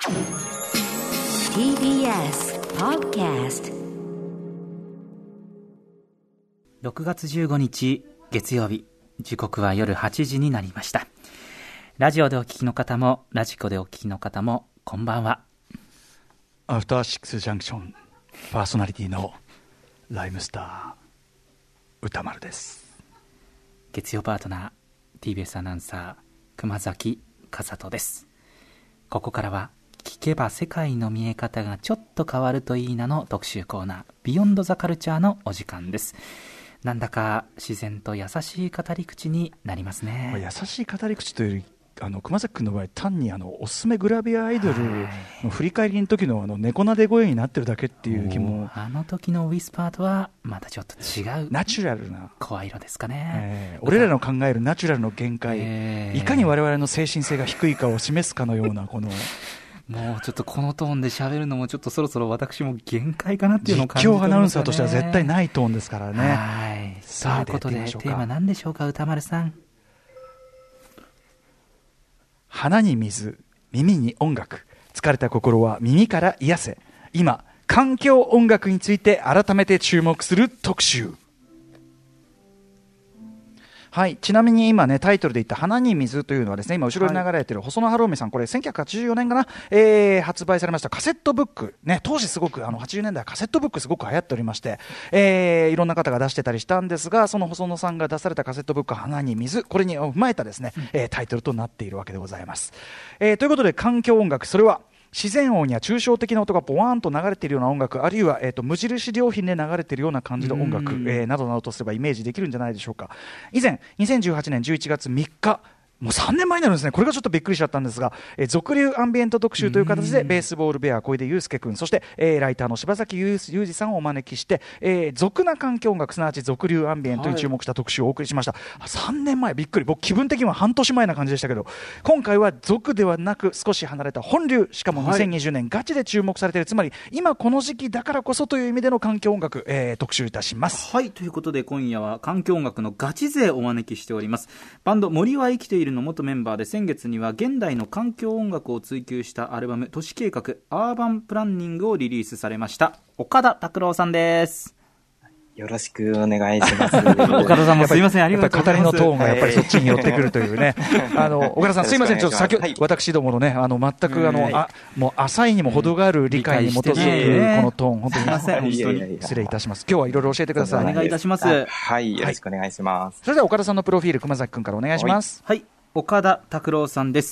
TBS Podcast 6月15日月曜日、時刻は夜8時になりました。ラジオでお聞きの方もラジコでお聞きの方もこんばんは。 アフターシックスジャンクションパーソナリティのライムスター歌丸です。 月曜パートナー TBS アナウンサー熊崎和人です。ここからは聞けば世界の見え方がちょっと変わるといいなの特集コーナー、ビヨンドザカルチャーのお時間です。なんだか自然と優しい語り口になりますね。 優しい語り口というより熊崎君の場合、単におすすめグラビアアイドルの振り返りの時の猫なで声になってるだけっていう気も。 あの時のウィスパーとはまたちょっと違うナチュラルな声色ですかね。 俺らの考えるナチュラルの限界、いかに我々の精神性が低いかを示すかのようなこのもうちょっとこのトーンで喋るのもちょっとそろそろ私も限界かなっていうのを感じておりますよね。 実況アナウンサーとしては絶対ないトーンですからね。 はい、さあということでテーマ何でしょうか、歌丸さん。 鼻に水、耳に音楽、疲れた心は耳から癒せ。今環境音楽について改めて注目する特集。はい、ちなみに今ねタイトルで言った花に水というのはですね、今後ろに流れている細野晴臣さん、これ1984年かな、発売されましたカセットブック、ね、当時すごく80年代カセットブックすごく流行っておりまして、いろんな方が出してたりしたんですが、その細野さんが出されたカセットブック花に水、これに踏まえたですね、タイトルとなっているわけでございます。ということで環境音楽、それは自然音や抽象的な音がボワーンと流れているような音楽、あるいは、無印良品で流れているような感じの音楽、などなどとすればイメージできるんじゃないでしょうか。以前2018年11月3日、もう3年前になるんですね。これがちょっとびっくりしちゃったんですが、俗流アンビエント特集という形でベースボールベア小出祐介君、そして、ライターの柴崎裕二さんをお招きして、俗な環境音楽、すなわち俗流アンビエントに注目した特集をお送りしました。3年前、びっくり。僕気分的には半年前な感じでしたけど、今回は俗ではなく少し離れた本流、しかも2020年ガチで注目されている、つまり今この時期だからこそという意味での環境音楽、特集いたします。 はい、ということで今夜は環境音楽のガチ勢をお招きしております。バンド森は生きているの元メンバーで、先月には現代の環境音楽を追求したアルバム都市計画アーバンプランニングをリリースされました岡田拓郎さんです。 よろしくお願いします。 岡田さんもすいません、ありがとうございます。 語りのトーンがやっぱりそっちに寄ってくるというね。岡田さんすいません、ちょっと先ほど、私どものね、全くもう浅いにも程がある理解に基づくこのトーン、本当に失礼いたします。今日はいろいろ教えてください。 お願いいたします。 はい、よろしくお願いします。 それでは岡田さんのプロフィール、熊崎君からお願いします。 はい、岡田拓郎さんです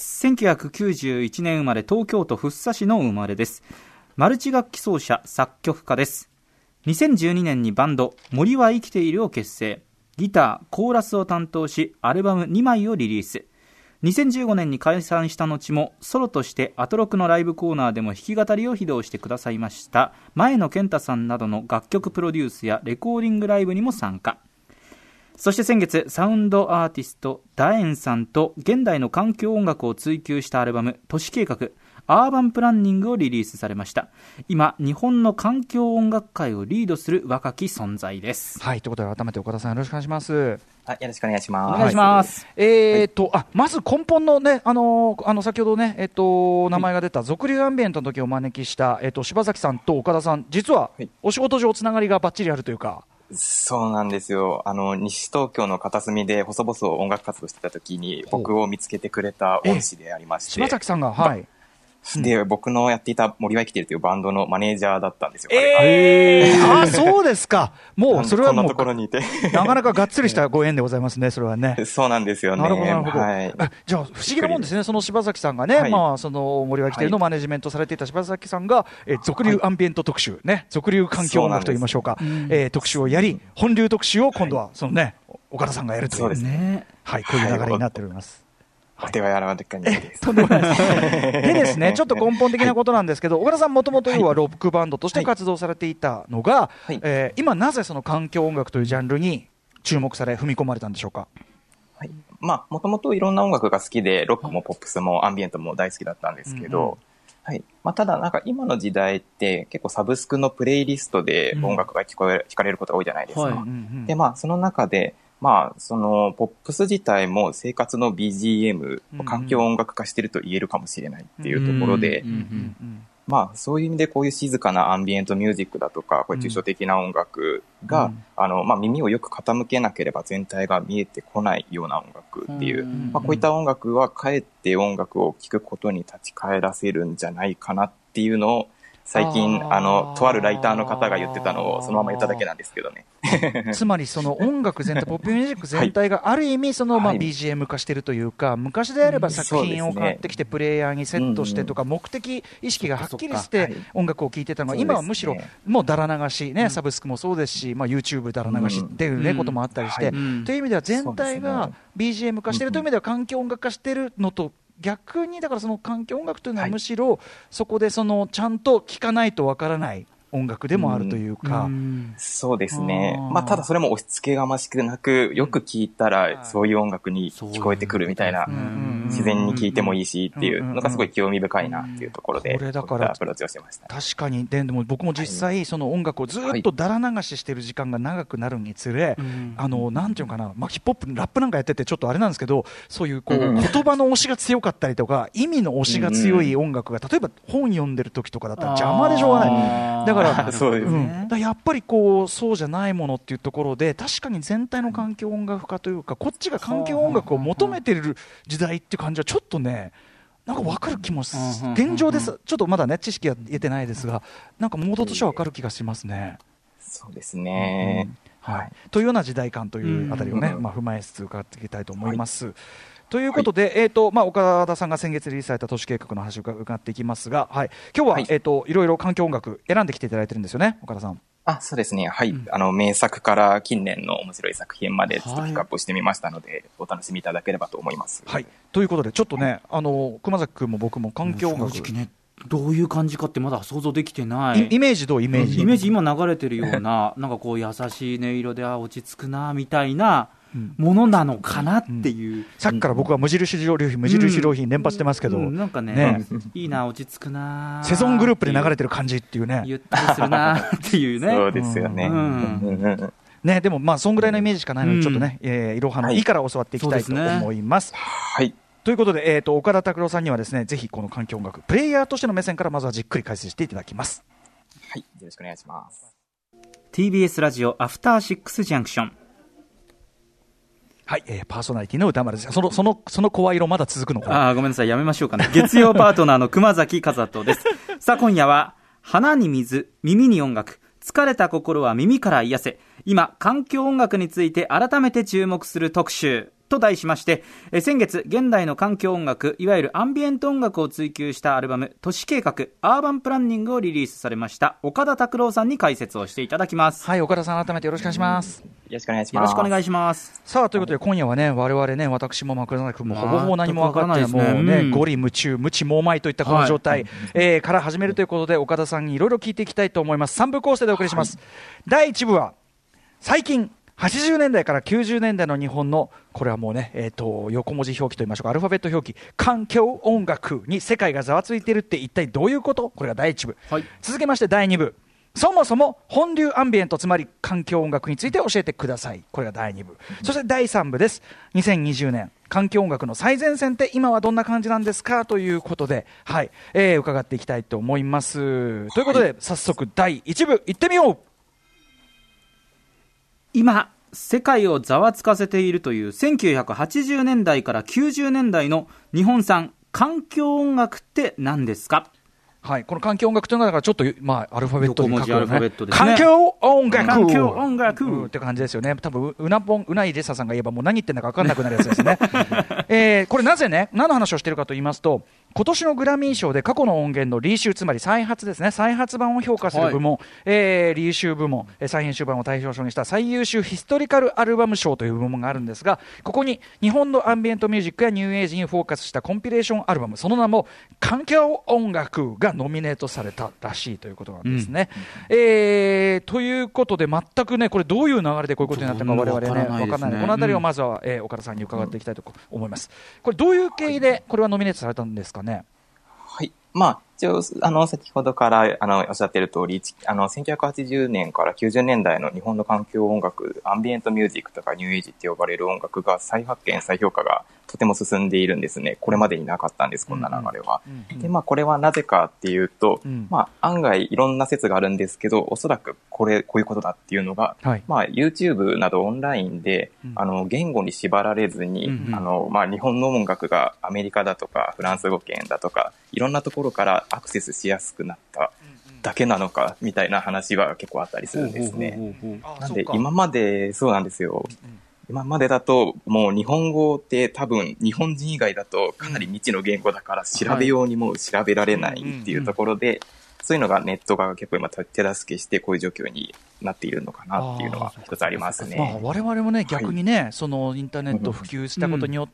。1991年生まれ、東京都福生市の生まれです。マルチ楽器奏者、作曲家です。2012年にバンド森は生きているを結成、ギターコーラスを担当しアルバム2枚をリリース。2015年に解散した後もソロとしてアトロクのライブコーナーでも弾き語りを披露してくださいました前野健太さんなどの楽曲プロデュースやレコーディングライブにも参加。そして先月、サウンドアーティストダエンさんと現代の環境音楽を追求したアルバム都市計画アーバンプランニングをリリースされました。今日本の環境音楽界をリードする若き存在です。 はい、ということで改めて岡田さんよろしくお願いします。 よろしくお願いします。 お願いします。 まず根本のね、先ほどね、名前が出た俗流アンビエントの時をお招きした、柴崎さんと岡田さん、実はお仕事上つながりがバッチリあるというか。 そうなんですよ。西東京の片隅で細々音楽活動してた時に僕を見つけてくれた恩師でありまして、 柴崎さんが、はい。 で、僕のやっていた森は生きているというバンドのマネージャーだったんですよ。 そうですか。もうそれはもうこんなところにいてなかなかがっつりしたご縁でございますね、それはね。 そうなんですよね。 なるほどなるほど。 はい、 じゃあ不思議なもんですね。その柴崎さんがね、その森は生きているのマネジメントされていた柴崎さんが、俗流アンビエント特集ね、俗流環境音楽と言いましょうか、特集をやり、本流特集を今度はそのね、岡田さんがやるという、 そうですね。 はい、こういう流れになっております。 お手はやらなきゃです。 とんでもないです。でですね、ちょっと根本的なことなんですけど、岡田さんもともと要はロックバンドとして活動されていたのが、今なぜその環境音楽というジャンルに注目され踏み込まれたんでしょうか。 はい、もともといろんな音楽が好きで、ロックもポップスもアンビエントも大好きだったんですけど、はい。ただなんか今の時代って結構サブスクのプレイリストで音楽がかれることが多いじゃないですか。で、その中でそのポップス自体も生活の BGM、環境音楽化してると言えるかもしれないっていうところで、そういう意味でこういう静かなアンビエントミュージックだとか、こういう抽象的な音楽が、耳をよく傾けなければ全体が見えてこないような音楽っていう、こういった音楽はかえって音楽を聴くことに立ち返らせるんじゃないかなっていうのを、最近とあるライターの方が言ってたのをそのまま言っただけなんですけどね。 つまりその音楽全体、ポップミュージック全体がある意味そのBGM 化してるというか、昔であれば作品を買ってきてプレイヤーにセットしてとか、目的意識がはっきりして音楽を聴いてたのが、今はむしろもうだら流しね、サブスクもそうですし、YouTube だら流しっていうねこともあったりして、という意味では全体が BGM 化してるという意味では環境音楽化してるのと逆に、だからその環境音楽というのはむしろそこでそのちゃんと聴かないとわからない音楽でもあるというか、 そうですね。ただそれも押し付けがましくなく、よく聴いたらそういう音楽に聞こえてくるみたいな、自然に聴いてもいいしっていうのがすごい興味深いなっていうところで、これだからアプローチをしてました。 確かに。でも僕も実際その音楽をずっとだら流ししてる時間が長くなるにつれ、なんていうのかな、ヒップホップラップなんかやっててちょっとあれなんですけど、そういうこう言葉の推しが強かったりとか、意味の推しが強い音楽が例えば本読んでる時とかだったら邪魔でしょうがない。だからそうですね。 やっぱりこうそうじゃないものっていうところで、確かに全体の環境音楽化というか、こっちが環境音楽を求めている時代っていう感じはちょっとね、なんか分かる気も現状です。ちょっとまだね知識は得てないですが、なんかモードとしては分かる気がしますね。 そうですね。 というような時代感というあたりをね、踏まえつつ伺っていきたいと思います。ということで、岡田さんが先月リリースされた都市計画の話を伺っていきますが、今日は、いろいろ環境音楽選んできていただいてるんですよね、岡田さん。 そうですね。名作から近年の面白い作品までちょっとピックアップしてみましたので、お楽しみいただければと思います。 ということで、ちょっとね、熊崎君も僕も環境音楽、 正直ね、どういう感じかってまだ想像できてない。 イメージイメージ今流れてるようななんかこう優しい音色で落ち着くなみたいなものなのかなっていう、 さっきから僕は無印良品連発してますけど、 なんかねいいな、落ち着くな、 セゾングループで流れてる感じっていうね、 ゆったりするなっていうね。 そうですよね。 でもそんぐらいのイメージしかないので、ちょっとね、いろはのいから教わっていきたいと思います。ということで、岡田拓郎さんにはですね、ぜひこの環境音楽プレイヤーとしての目線からまずはじっくり解説していただきます。 よろしくお願いします。 TBS ラジオアフターシックスジャンクション。 パーソナリティの歌丸です。その声色まだ続くのかな。 ごめんなさい、やめましょうかね。月曜パートナーの熊崎和人です。さあ今夜は花に水、耳に音楽、疲れた心は耳から癒せ、今環境音楽について改めて注目する特集と題しまして、先月現代の環境音楽、いわゆるアンビエント音楽を追求したアルバム都市計画アーバンプランニングをリリースされました岡田拓郎さんに解説をしていただきます。 岡田さん、改めてよろしくお願いします。 よろしくお願いします。 よろしくお願いします。 さあということで、今夜はね、我々ね、私も熊崎君もほぼほぼ何も分かって、もうね、ゴリ夢中無知猛昧といったこの状態、から始めるということで、岡田さんにいろいろ聞いていきたいと思います。3部構成でお送りします。第1部は最近80年代から90年代の日本の、これはもうね、横文字表記といいましょうか、アルファベット表記、環境音楽に世界がざわついているって一体どういうこと、これが第1部、続けまして第2部、そもそも本流アンビエント、つまり環境音楽について教えてください、これが第2部、そして第3部です。2020年環境音楽の最前線って今はどんな感じなんですかということで、伺っていきたいと思います。ということで、早速第1部いってみよう。 今世界をざわつかせているという1980年代から90年代の日本産環境音楽って何ですか。 この環境音楽というのはちょっと、アルファベットで書くよね、 環境音楽、 環境音楽、 って感じですよね。多分うないれささんが言えばもう何言ってんだか分かんなくなるやつですね。これなぜね、何の話をしているかと言いますと、今年のグラミー賞で過去の音源のリーシュー、つまり再発ですね、再発版を評価する部門、リーシュー部門、再編集版を対象賞にした最優秀ヒストリカルアルバム賞という部門があるんですが、ここに日本のアンビエントミュージックやニューエイジにフォーカスしたコンピレーションアルバム、その名も環境音楽がノミネートされたらしいということなんですね。ということで、全くね、これどういう流れでこういうことになったか我々ね、分からないので、このあたりをまずは、岡田さんに伺っていきたいと思います。これどういう経緯でこれはノミネートされたんですかね。 一応、先ほどからおっしゃってる通り、1980年から90年代の日本の環境音楽、アンビエントミュージックとかニューエイジって呼ばれる音楽が再発見、再評価がとても進んでいるんですね。これまでになかったんです、こんな流れは。で、これはなぜかっていうと、案外いろんな説があるんですけど、おそらくこういうことだっていうのが、YouTube などオンラインで、言語に縛られずに、日本の音楽がアメリカだとか、フランス語圏だとか、いろんなところからアクセスしやすくなっただけなのかみたいな話は結構あったりするんですね。なんで今までそうなんですよ。今までだともう日本語って多分日本人以外だとかなり未知の言語だから調べようにも調べられないっていうところで、そういうのがネットが結構今手助けしてこういう状況になっているのかなっていうのは一つありますね。 我々もね逆にね、そのインターネット普及したことによって、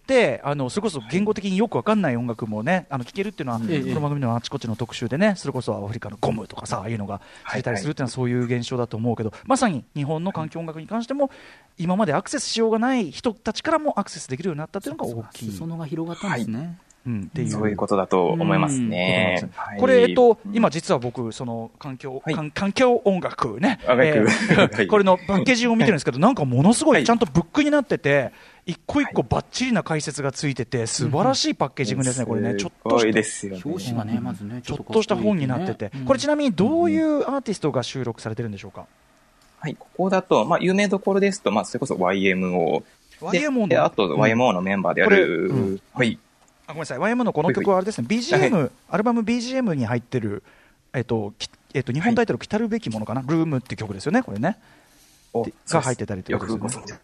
それこそ言語的によく分かんない音楽もね聴けるっていうのは、この番組のあちこちの特集でね、それこそアフリカのゴムとかさ、ああいうのが知れたりするっていうのはそういう現象だと思うけど、まさに日本の環境音楽に関しても今までアクセスしようがない人たちからもアクセスできるようになったっていうのが大きい。 裾野が広がったんですね。 そういうことだと思いますね。 これ、今実は僕その環境音楽ね、これのパッケージを見てるんですけど、なんかものすごいちゃんとブックになってて、一個一個バッチリな解説がついてて素晴らしいパッケージングですね。これね、ちょっとした表紙がね、まずね、 ちょっとした本になってて、これちなみにどういうアーティストが収録されてるんでしょうか。 はい、ここだと有名どころですとそれこそ YMO で、あと YMO のメンバーである、 ごめんなさい、YM のこの曲はあれですね、BGM、アルバム BGM に入ってる、日本タイトル、来たるべきものかな、ルームって曲ですよね、これね。が入ってたりということですよね。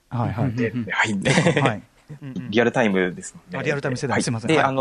リアルタイムですので。 リアルタイム世代、すみません。 で、あ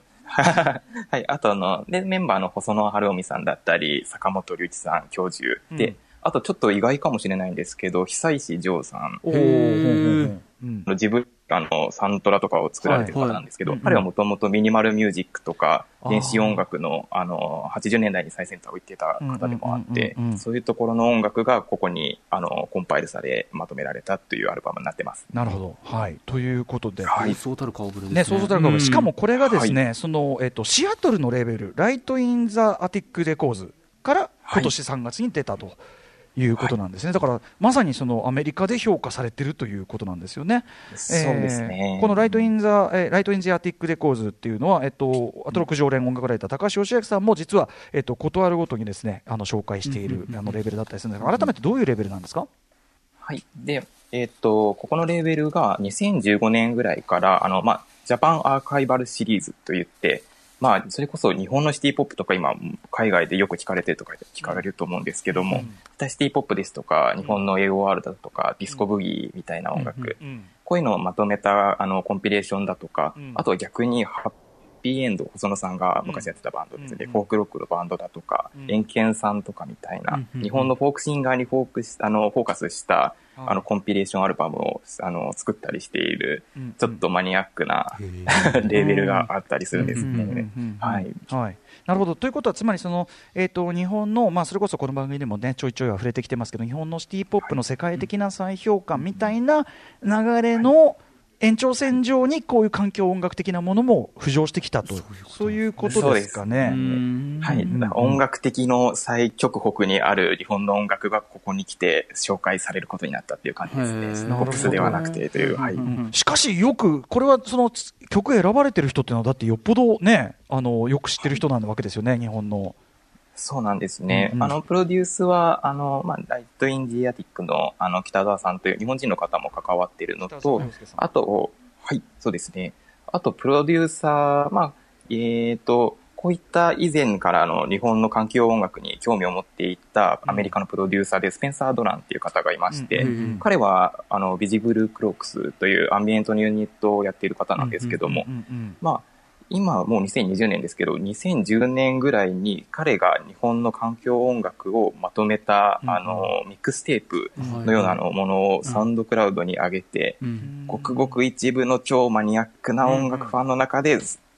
とで、メンバーの細野晴臣さんだったり、坂本龍一さん、教授で、あとちょっと意外かもしれないんですけど、久石譲さん。自分サントラとかを作られてる方なんですけど、彼はもともとミニマルミュージックとか電子音楽の80年代に最先端を行ってた方でもあって、そういうところの音楽がここにコンパイルされまとめられたというアルバムになってます。 なるほど、はい、ということで、 そうたる顔ぶれですね。 そうたる顔ぶれ、しかもこれがですね、そのシアトルのレーベルライト・イン・ザ・アティック・レコーズから今年3月に出たと。いうことなんですね。だからまさにそのアメリカで評価されているということなんですよね。 そうですね。 このライトインザアティックレコーズっていうのはアトロック常連音楽ライター高橋義明さんも実はことあるごとにですね紹介しているレーベルだったりするんですが、改めてどういうレーベルなんですか。 はい。でここのレーベルが2015年ぐらいからジャパンアーカイバルシリーズといって。それこそ日本のシティポップとか今海外でよく聞かれてるとか聞かれると思うんですけども、シティポップですとか日本の AOR だとかディスコブギーみたいな音楽、こういうのをまとめたコンピレーションだとか、あとは逆にハッピーエンド細野さんが昔やってたバンドですね、フォークロックのバンドだとか、エンケンさんとかみたいな、日本のフォークシンガーにフォーカスしたコンピレーションアルバムを作ったりしている、ちょっとマニアックなレーベルがあったりするんですね。 なるほど。ということはつまりその、日本の、それこそこの番組でもねちょいちょいは触れてきてますけど、日本のシティポップの世界的な再評価みたいな流れの延長線上にこういう環境音楽的なものも浮上してきたと、そういうことですかね。 はい、音楽的の最極北にある日本の音楽がここに来て紹介されることになったっていう感じですね。ポップスではなくてという。 しかしよくこれはその曲選ばれてる人っていうのはだってよっぽどねよく知ってる人なわけですよね、日本の。 そうなんですね。プロデュースは、ライトインジアティックの、北澤さんという日本人の方も関わっているのと、あと、はい、そうですね。あと、プロデューサー、こういった以前から日本の環境音楽に興味を持っていたアメリカのプロデューサーでスペンサー・ドランっていう方がいまして、彼は、ビジブル・クロークスというアンビエントユニットをやっている方なんですけども、今もう2020年ですけど、2010年ぐらいに彼が日本の環境音楽をまとめた、ミックステープのようなものをサウンドクラウドに上げて、ごくごく一部の超マニアックな音楽ファンの中で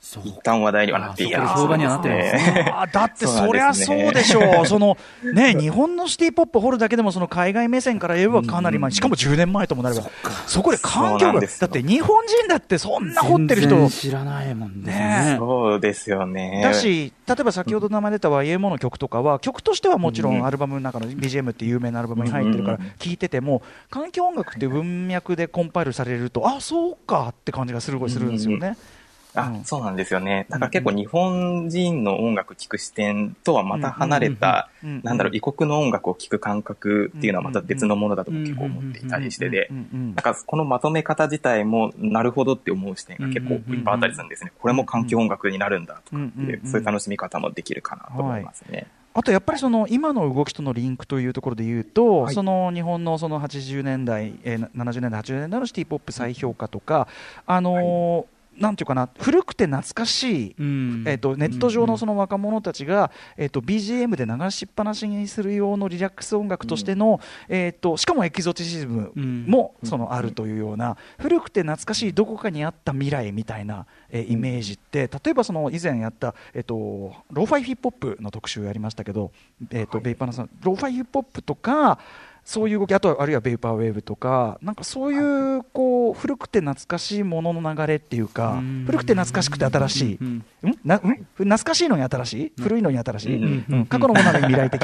一旦話題にはなっていや評判にはなってるんですね。 だってそりゃそうでしょう。そのね、日本のシティポップ掘るだけでもその海外目線から言えばかなり前、しかも10年前ともなれば、そこで環境がだって日本人だってそんな掘ってる人全然知らないもんね。 そうですよね。 だし、例えば先ほど名前出た YMO の曲とかは曲としてはもちろんアルバムの中の BGM って有名なアルバムに入ってるから聴いてても、環境音楽っていう文脈でコンパイルされると、あ、そうかって感じがするんですよね。 そうなんですよね。だから結構日本人の音楽聴く視点とはまた離れた、異国の音楽を聴く感覚っていうのはまた別のものだと結構思っていたりしてで、なんかこのまとめ方自体もなるほどって思う視点が結構いっぱいあったりするんですね。これも環境音楽になるんだとかっていう、そういう楽しみ方もできるかなと思いますね。 あとやっぱりその今の動きとのリンクというところで言うと、その日本のその80年代、70年代、80年代のシティポップ再評価とか、なんていうかな、古くて懐かしい、ネット上のその若者たちが、BGM で流しっぱなしにする用のリラックス音楽としての、しかもエキゾチシズムもそのあるというような、古くて懐かしいどこかにあった未来みたいな、イメージって、例えばその以前やった、ローファイヒップホップの特集をやりましたけど、ベイパーナさんローファイヒップホップとかそういう動き、あるいはベイパーウェーブとか、なんかそういうこう古くて懐かしいものの流れっていうか、古くて懐かしくて新しい、懐かしいのに新しい、古いのに新しい、過去のものに未来的、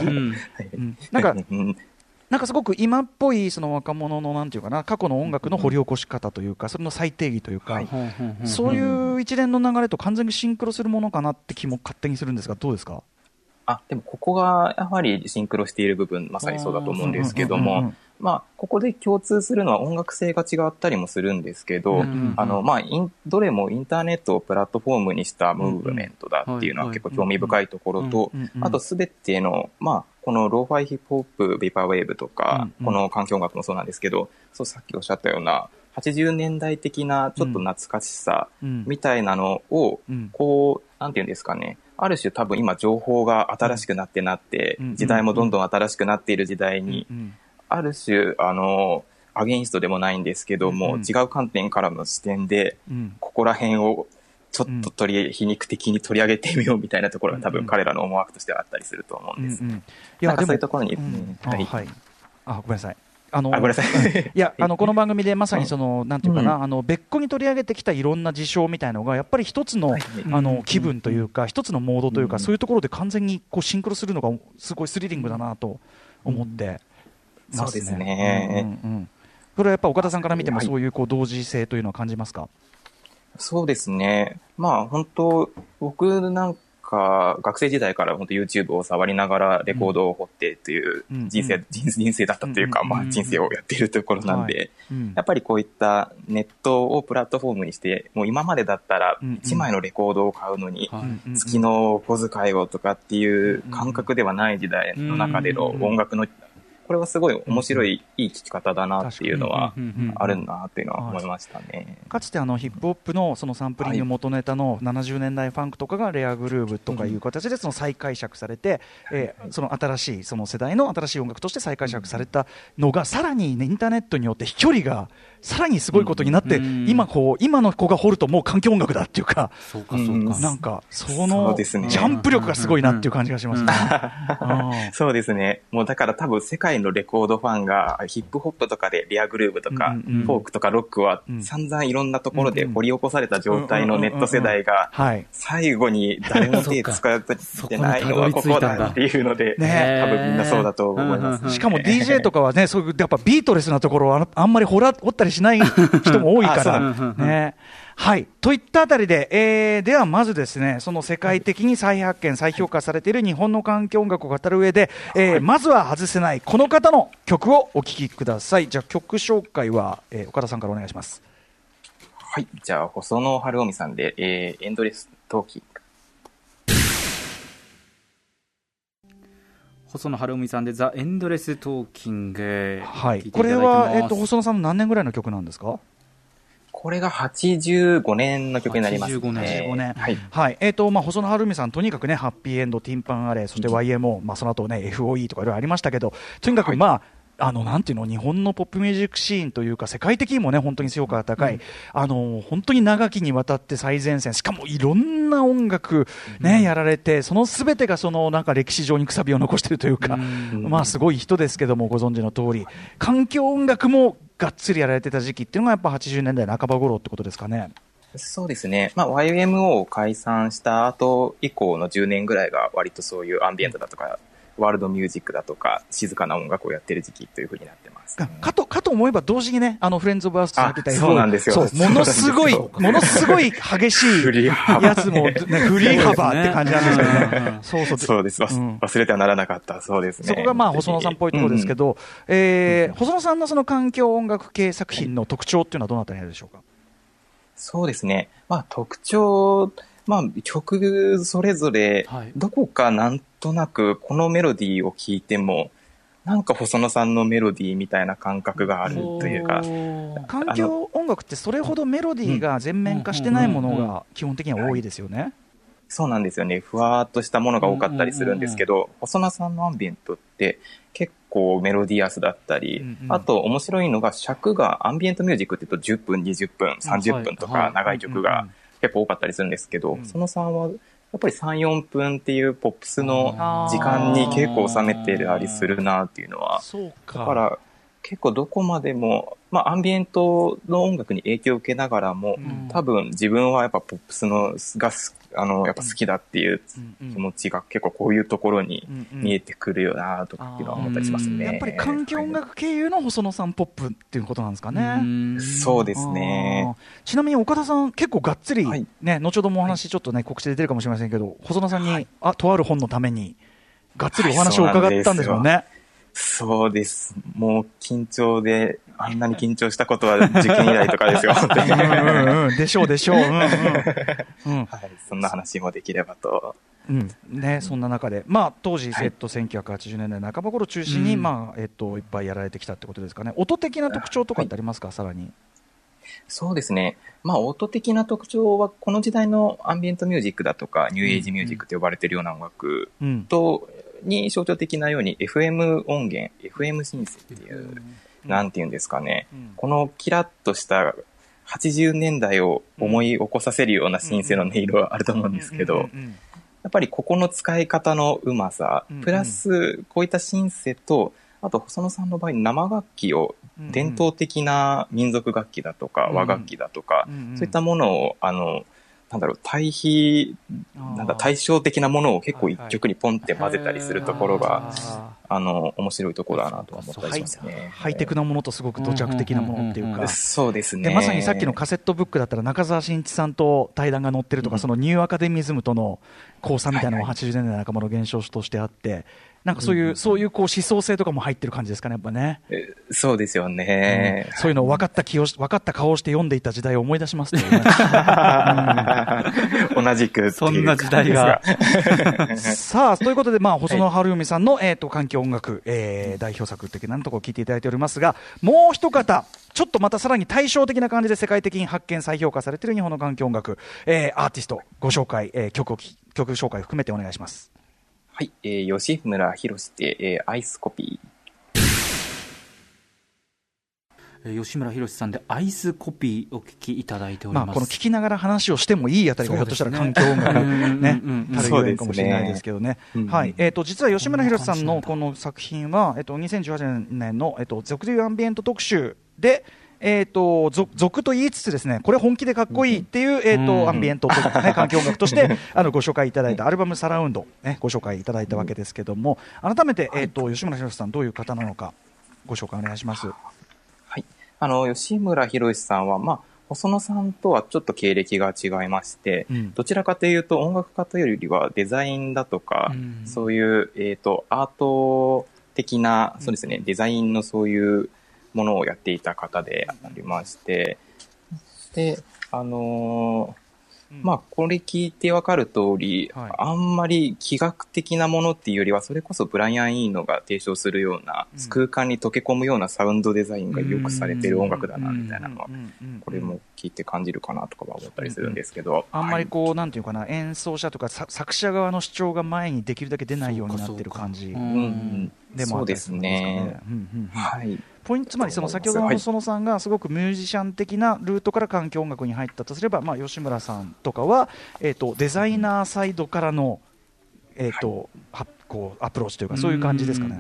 なんかすごく今っぽいその若者のなんていうかな、過去の音楽の掘り起こし方というか、それの再定義というか、そういう一連の流れと完全にシンクロするものかなって気も勝手にするんですが、どうですか？ でもここがやはりシンクロしている部分、まさにそうだと思うんですけども、ここで共通するのは音楽性が違ったりもするんですけど、どれもインターネットをプラットフォームにしたムーブメントだっていうのは結構興味深いところと、あとすべての、このローファイヒップホップ、ベイパーウェーブとか、この環境音楽もそうなんですけど、さっきおっしゃったような、80年代的なちょっと懐かしさみたいなのを、こう、なんていうんですかね、ある種多分今情報が新しくなって、時代もどんどん新しくなっている時代に、ある種、アゲインストでもないんですけども、違う観点からの視点で、ここら辺をちょっと皮肉的に取り上げてみようみたいなところが多分彼らの思惑としてはあったりすると思うんです。なんかそういうところに、 ごめんなさい。 ごめんなさい。 いや、この番組でまさにその、なんていうかな、別個に取り上げてきたいろんな事象みたいのがやっぱり一つの、気分というか、一つのモードというか、そういうところで完全にこうシンクロするのがすごいスリリングだなと思ってますね。そうですね。これはやっぱ岡田さんから見てもそういうこう同時性というのは感じますか？ そうですね。本当僕なんか学生時代から本当 YouTube を触りながらレコードを掘ってという人生だったというか、人生をやっているところなんで、やっぱりこういったネットをプラットフォームにして、もう今までだったら1枚のレコードを買うのに月の小遣いをとかっていう感覚ではない時代の中での音楽のこれはすごい面白い、いい聴き方だなっていうのはあるなっていうのは思いましたね。 かつてヒップホップのそのサンプリング元ネタの70年代ファンクとかがレアグルーヴとかいう形でその再解釈されて、その新しいその世代の新しい音楽として再解釈されたのがさらにインターネットによって飛距離がさらにすごいことになって、今の子が掘るともう環境音楽だっていうか、なんかそのジャンプ力がすごいなっていう感じがしますね。 そうですね。もうだから多分世界のレコードファンがヒップホップとかでレアグルーヴとかフォークとかロックは散々いろんなところで掘り起こされた状態のネット世代が最後に誰も手使ってないのはここだっていうので、多分みんなそうだと思います。 しかも DJ とかはね、そういうやっぱビートレスなところはあんまり掘ったりしない人も多いからね。はい、といったあたりで、ではまずですね、その世界的に再発見再評価されている日本の環境音楽を語る上で、まずは外せないこの方の曲をお聴きください。じゃあ曲紹介は、岡田さんからお願いします。 はい、じゃあ細野晴臣さんで、エンドレストーキング。 細野晴臣さんでザ・エンドレストーキング。 はい、これは、細野さんの何年ぐらいの曲なんですか？ これが85年の曲になりますね。 85年。はい。はい。細野晴臣さん、とにかくね、ハッピーエンド、ティンパンアレイ、そして YMO、その後ね、FOE とかいろいろありましたけど、とにかくなんていうの、日本のポップミュージックシーンというか世界的にもね本当に評価が高い、本当に長きにわたって最前線、しかもいろんな音楽、ねやられて、そのすべてがなんか歴史上にくさびを残しているというか、まあすごい人ですけども、ご存知の通り環境音楽もがっつりやられてた時期っていうのがやっぱ80年代半ば頃ってことですかね。 そうですね。YMO を解散した後以降の10年ぐらいが割とそういうアンビエントだとか、ワールドミュージックだとか、静かな音楽をやってる時期というふうになってます、ね。 かと思えば同時にね、フレンズ・オブ・アースとさっき言ったそうなんですよ。 ものすごい激しいやつも、ね、フリー幅って感じなんですけどね。 そうです。忘れてはならなかった。そうですね。 そこが細野さんっぽいところですけど、細野さんのその環境音楽系作品の特徴っていうのはどなたにあるでしょうか。 そうですね。特徴、曲それぞれ、どこかなんとなくこのメロディーを聴いても、なんか細野さんのメロディーみたいな感覚があるというか。 環境音楽ってそれほどメロディーが全面化してないものが基本的には多いですよね。 そうなんですよね。ふわーっとしたものが多かったりするんですけど、細野さんのアンビエントって結構メロディアスだったり、あと面白いのが尺がアンビエントミュージックって言うと10分、20分、30分とか長い曲が結構多かったりするんですけど、細野さんはやっぱり3、4分っていうポップスの時間に結構収めてたりするなっていうのは、だから結構どこまでも、アンビエントの音楽に影響を受けながらも、多分自分はやっぱポップスのがやっぱ好きだっていう気持ちが結構こういうところに見えてくるよなとかっていうのは思ったりしますね。 やっぱり環境音楽経由の細野さんポップっていうことなんですかね。 そうですね。 ちなみに岡田さん結構がっつり、ね、後ほどもお話ちょっとね告知で出るかもしれませんけど、細野さんに、とある本のためにがっつりお話を伺ったんですよね。 そうです。もう緊張で、あんなに緊張したことは受験以来とかですよ。 でしょう。 そんな話もできればと。 そんな中で、当時、1980年代半ば頃中心に、いっぱいやられてきたってことですかね。音的な特徴とかってありますか、さらに。 そうですね。音的な特徴は、この時代のアンビエントミュージックだとか、ニューエイジミュージックと呼ばれているような音楽と、に象徴的なように FM 音源、FM シンセっていう、なんていうんですかね、このキラッとした80年代を思い起こさせるようなシンセの音色はあると思うんですけど、やっぱりここの使い方のうまさ、プラスこういったシンセと、あと細野さんの場合生楽器を伝統的な民族楽器だとか和楽器だとか、そういったものを対照的なものを結構一曲にポンって混ぜたりするところが、面白いところだなと思ったりしますね。 ハイテクなものとすごく土着的なものっていうか。 そうですね。 でまさにさっきのカセットブックだったら中澤慎一さんと対談が載ってるとか、そのニューアカデミズムとの交差みたいなのも80年代半ばの現象としてあって、なんかそういうこう思想性とかも入ってる感じですかね、やっぱね。 そうですよね。 そういうのを分かった顔をして読んでいた時代を思い出しますね。 同じくそんな時代が。 さあということで、細野晴臣さんの環境音楽、代表作的なところを聞いていただいておりますが、もう一方ちょっとまたさらに対照的な感じで世界的に発見再評価されている日本の環境音楽、アーティストご紹介、曲紹介含めてお願いします。 はい、吉村弘で、アイスコピー。吉村弘さんでアイスコピーを聞きいただいております。 この聞きながら話をしてもいいあたりがひょっとしたら環境音楽ね、たるゆえんかもしれないですけどね。はい、実は吉村弘さんのこの作品は、2018年の俗流アンビエント特集で。俗と言いつつですね、これ本気でかっこいいっていう、アンビエントとかね、環境音楽としてご紹介いただいたアルバムサラウンド、ご紹介いただいたわけですけども、改めて、吉村弘さんどういう方なのかご紹介お願いします。 はい、吉村弘さんは、細野さんとはちょっと経歴が違いまして、どちらかというと音楽家というよりはデザインだとか、そういう、アート的な、そうですね、デザインのそういうものをやっていた方でありまして、で、 まあ、これ聞いてわかる通り、 はい、 あんまり気学的なものっていうよりは、それこそブライアン・イーノが提唱するような、空間に溶け込むようなサウンドデザインがよくされてる音楽だな、みたいなのは、これも聞いて感じるかなとかは思ったりするんですけど。 あんまりこう、なんていうかな、演奏者とか作者側の主張が前にできるだけ出ないようになってる感じでもあったりするんですかね。 はい。 ポイント、つまりその先ほどの細野さんがすごくミュージシャン的なルートから環境音楽に入ったとすれば、まあ、吉村さんとかは、デザイナーサイドからの、こうアプローチというか、そういう感じですかね。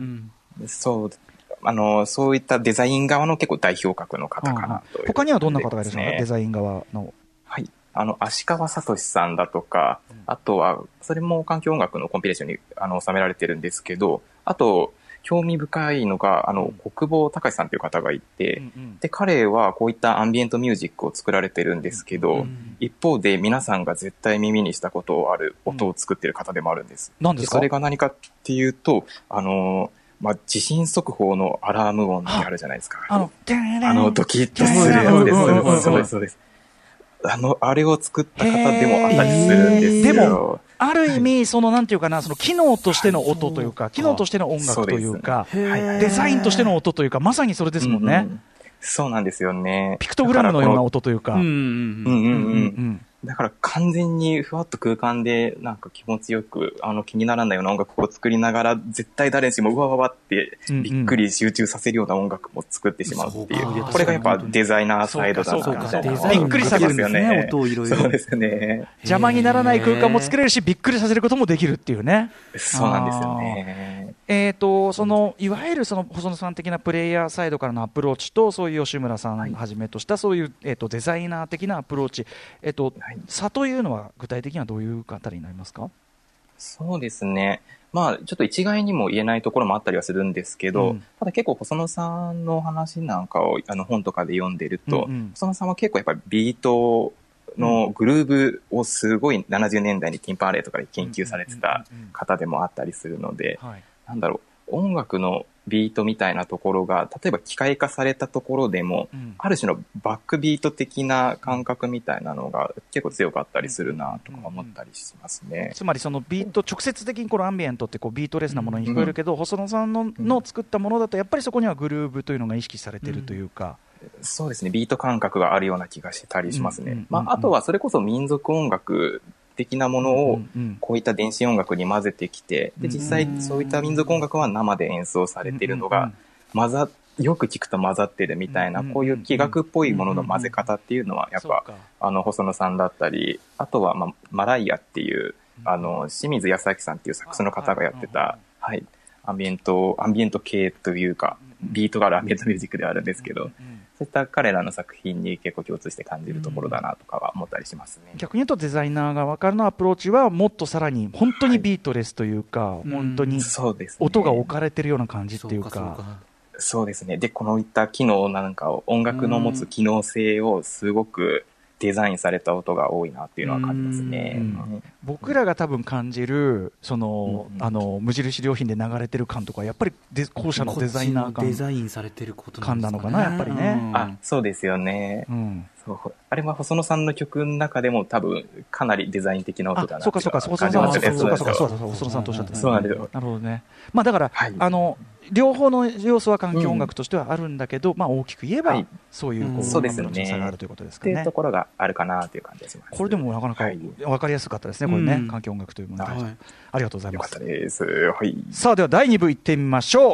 そういったデザイン側の結構代表格の方かなという、 他にはどんな方がいらっしゃるんですか、デザイン側の。 はい。足川聡さんだとか、あとは、それも環境音楽のコンピレーションに収められてるんですけど、あと、興味深いのが、国防隆さんという方がいて、で、彼はこういったアンビエントミュージックを作られてるんですけど、一方で皆さんが絶対耳にしたことある音を作ってる方でもあるんです。 何ですか？ それが何かっていうと、地震速報のアラーム音ってあるじゃないですか。ドキッとするやつです。そうです、そうです。あれを作った方でもあったりするんですよ。 でも、ある意味、なんていうかな、機能としての音というか、機能としての音楽というか、デザインとしての音というか、まさにそれですもんね。 そうなんですよね。 ピクトグラムのような音というか。 だから完全にふわっと空間でなんか気持ちよく気にならないような音楽を作りながら、絶対誰しもうわわわってびっくり集中させるような音楽も作ってしまうっていう、これがやっぱデザイナーサイドだなみたいな。 びっくりさせるんですね、音をいろいろ。 そうですね。 邪魔にならない空間も作れるし、びっくりさせることもできるっていうね。 そうなんですよね。 いわゆる細野さん的なプレイヤーサイドからのアプローチと、そういう吉村さんをはじめとしたそういうデザイナー的なアプローチ、差というのは具体的にはどういうあたりになりますか？ そうですね。まあ、ちょっと一概にも言えないところもあったりはするんですけど、ただ結構細野さんの話なんかを本とかで読んでると、細野さんは結構やっぱりビートのグルーブをすごい70年代にティンパーレーとかで研究されてた方でもあったりするので、なんだろう、音楽のビートみたいなところが例えば機械化されたところでも、ある種のバックビート的な感覚みたいなのが結構強かったりするなとか思ったりしますね。 つまりそのビート、直接的にこのアンビエントってビートレスなものに聞こえるけど、細野さんの作ったものだとやっぱりそこにはグルーブというのが意識されているというか、 そうですね、ビート感覚があるような気がしたりしますね。あとはそれこそ民族音楽的なものをこういった電子音楽に混ぜてきて、で実際そういった民族音楽は生で演奏されているのがよく聞くと混ざってるみたいな、こういう器楽っぽいものの混ぜ方っていうのはやっぱ細野さんだったり、あとはマライアっていう清水康明さんっていうサックスの方がやってた、アンビエント系というかビートがあるアンビエントミュージックではあるんですけど、そういった彼らの作品に結構共通して感じるところだなとかは思ったりしますね。 逆に言うとデザイナー側からのアプローチはもっとさらに本当にビートレスというか、本当に音が置かれてるような感じっていうか、 そうですね。で、このいった機能なんかを、音楽の持つ機能性をすごくデザインされた音が多いなっていうのは感じますね。 僕らが多分感じる無印良品で流れてる感とか、やっぱり後者のデザイナー感、 デザインされてること感なのかな、やっぱりね。 そうですよね。あれは細野さんの曲の中でも多分かなりデザイン的な音だなって感じますね。 細野さんとおっしゃってた。 そうなんですよ。 なるほどね。まあだから両方の要素は環境音楽としてはあるんだけど、大きく言えばそういうそうですね。 差があるということですかね。 っていうところがあるかなという感じがします。 これでもなかなか分かりやすかったですね。これね、環境音楽というものに対して。ありがとうございます。 よかったです。 さあでは第2部いってみましょう。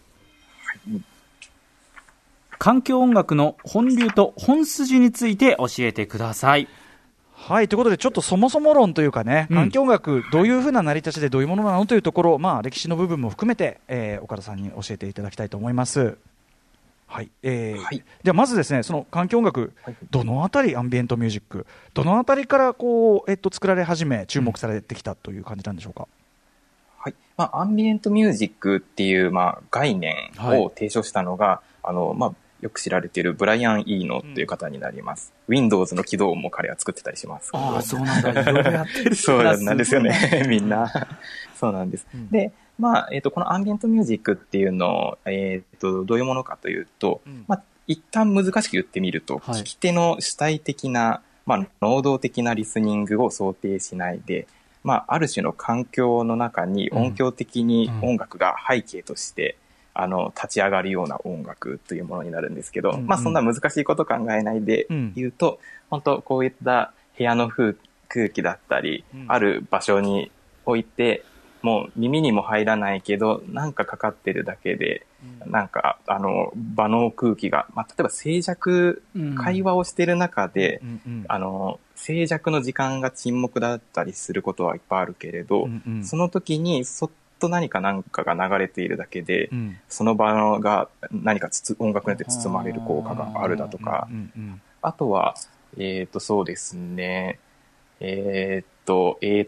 環境音楽の本流と本筋について教えてください。 はい、ということでちょっとそもそも論というかね、環境音楽どういうふうな成り立ちでどういうものなのというところ、歴史の部分も含めて、岡田さんに教えていただきたいと思います。はい、ではまずですね、その環境音楽、どのあたりアンビエントミュージック、どのあたりから作られ始め注目されてきたという感じなんでしょうか。 はい、アンビエントミュージックっていう、概念を提唱したのが、よく知られているブライアン・イーノという方になります。Windows の起動も彼は作ってたりします。 そうなんだ。いろいろやってる。 そうなんですよね。みんな。そうなんです。で、このアンビエントミュージックっていうのを、どういうものかというと、一旦難しく言ってみると、聞き手の主体的な能動的なリスニングを想定しないで、ある種の環境の中に音響的に音楽が背景として、立ち上がるような音楽というものになるんですけど、そんな難しいこと考えないで言うと、本当こういった部屋の空気だったり、ある場所に置いて、もう耳にも入らないけど、なんかかかってるだけで、なんか、場の空気が、例えば静寂、会話をしてる中で、静寂の時間が沈黙だったりすることはいっぱいあるけれど、その時にそっと何かが流れているだけで、その場が何か音楽によって包まれる効果があるだとか、あとは、そうですね、とか言って、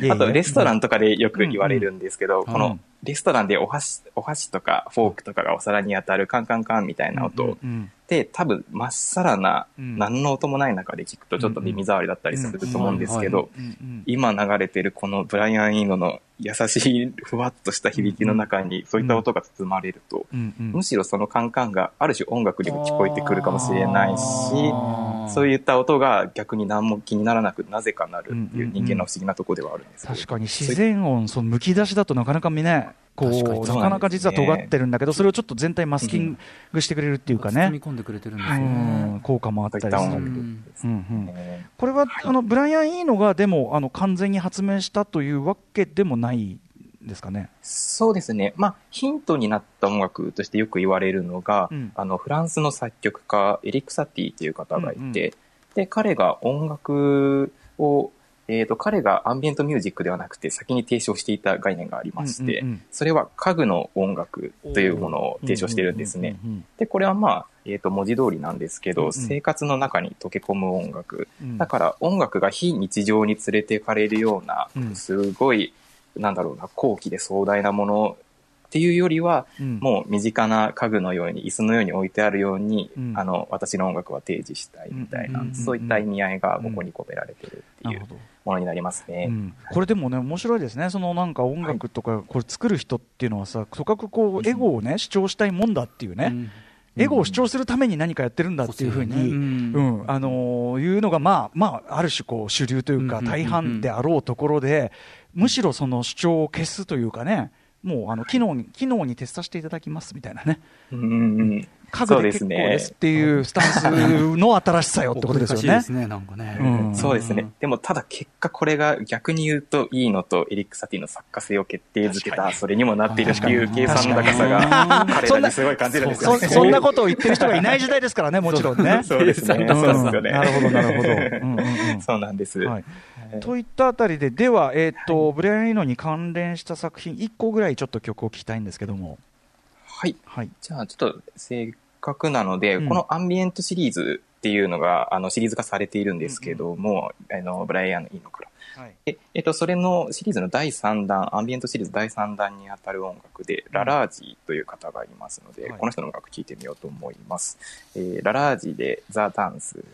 あとレストランとかでよく言われるんですけど、このレストランでお箸とかフォークとかがお皿に当たるカンカンカンみたいな音で、多分まっさらな何の音もない中で聞くとちょっと耳障りだったりすると思うんですけど、今流れてるこのブライアン・イーノの優しいふわっとした響きの中にそういった音が包まれると、むしろそのカンカンがある種音楽にも聞こえてくるかもしれないし、そういった音が逆に何も気にならなくなぜかなるっていう人間の不思議なところではあるんですけど、 確かに自然音、そのむき出しだとなかなかね、なかなか実は尖ってるんだけど、それをちょっと全体マスキングしてくれるっていうかね、 包み込んでくれてるんですよね。 効果もあったりする。これはブライアン・イーノがでも完全に発明したというわけでもないですかね。 そうですね。ヒントになった音楽としてよく言われるのが、フランスの作曲家エリック・サティという方がいて、で彼が音楽を彼がアンビエントミュージックではなくて先に提唱していた概念がありまして、それは家具の音楽というものを提唱してるんですね。で、これは文字通りなんですけど、生活の中に溶け込む音楽。だから音楽が非日常に連れてかれるような、すごい、高貴で壮大なものっていうよりは、もう身近な家具のように、椅子のように置いてあるように、私の音楽は提示したいみたいな、そういった意味合いがここに込められてるっていうものになりますね。 これでもね、面白いですね。その音楽とか、これ作る人っていうのはさ、とかくエゴをね、主張したいもんだっていうね。エゴを主張するために何かやってるんだっていうふうに、いうのがある種主流というか大半であろうところで、むしろその主張を消すというかね、もう機能に徹させていただきますみたいなね。家具で結構ですっていうスタンスの新しさよってことですよね。 そうですね。でもただ結果これが逆に言うといいのとエリック・サティの作家性を決定づけたそれにもなっているっていう計算高さが彼らにすごい感じるんですよね。 そんなことを言ってる人がいない時代ですからね、もちろんね。 そうですね。そうですよね。 なるほどなるほど。 そうなんです。 といったあたりではブライアン・イーノに関連した作品1個ぐらいちょっと曲を聴きたいんですけども。 はい。じゃあちょっとせっかくなので、このアンビエントシリーズっていうのがシリーズ化されているんですけども、ブライアン・イーノから。それのシリーズの第3弾、アンビエントシリーズ第3弾にあたる音楽で、ララージという方がいますので、この人の音楽聴いてみようと思います。ララージでザ・ダンス。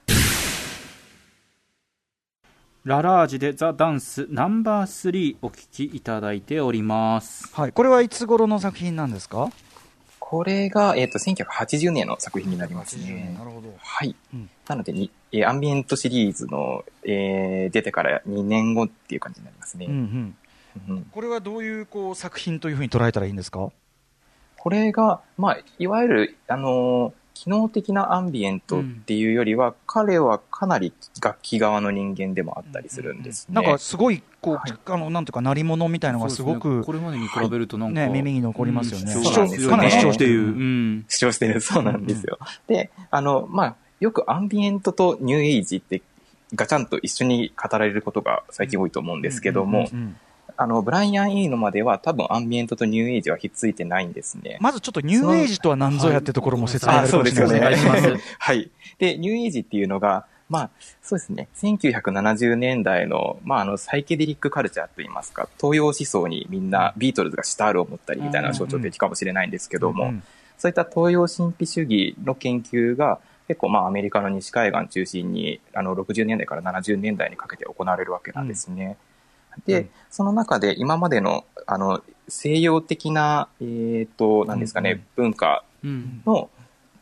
ララージでザ・ダンスナンバー3お聴きいただいております。 これはいつ頃の作品なんですか？ これが、1980年の作品になりますね。 なるほど。 はい。なのでアンビエントシリーズの、出てから2年後っていう感じになりますね。 これはどういう作品というふうに捉えたらいいんですか？ これが、いわゆる、機能的なアンビエントっていうよりは、彼はかなり楽器側の人間でもあったりするんですね。 なんかすごいなんていうか鳴り物みたいなのがすごく、 これまでに比べるとなんか、 耳に残りますよね。 かなり主張している。 主張している、そうなんですよ。で、よくアンビエントとニューエイジってガチャンと一緒に語られることが最近多いと思うんですけども、ブライアン・イーノまでは多分アンビエントとニューエイジはひっついてないんですね。 まずちょっとニューエイジとは何ぞやってところも説明があるかもしれないですね。 はい。で、ニューエイジっていうのが、そうですね、1970年代の、サイケデリックカルチャーといいますか、東洋思想にみんなビートルズがシタールを持ったりみたいな象徴的かもしれないんですけども、そういった東洋神秘主義の研究が結構アメリカの西海岸中心に60年代から70年代にかけて行われるわけなんですね。で、その中で今までの西洋的な何ですかね、文化の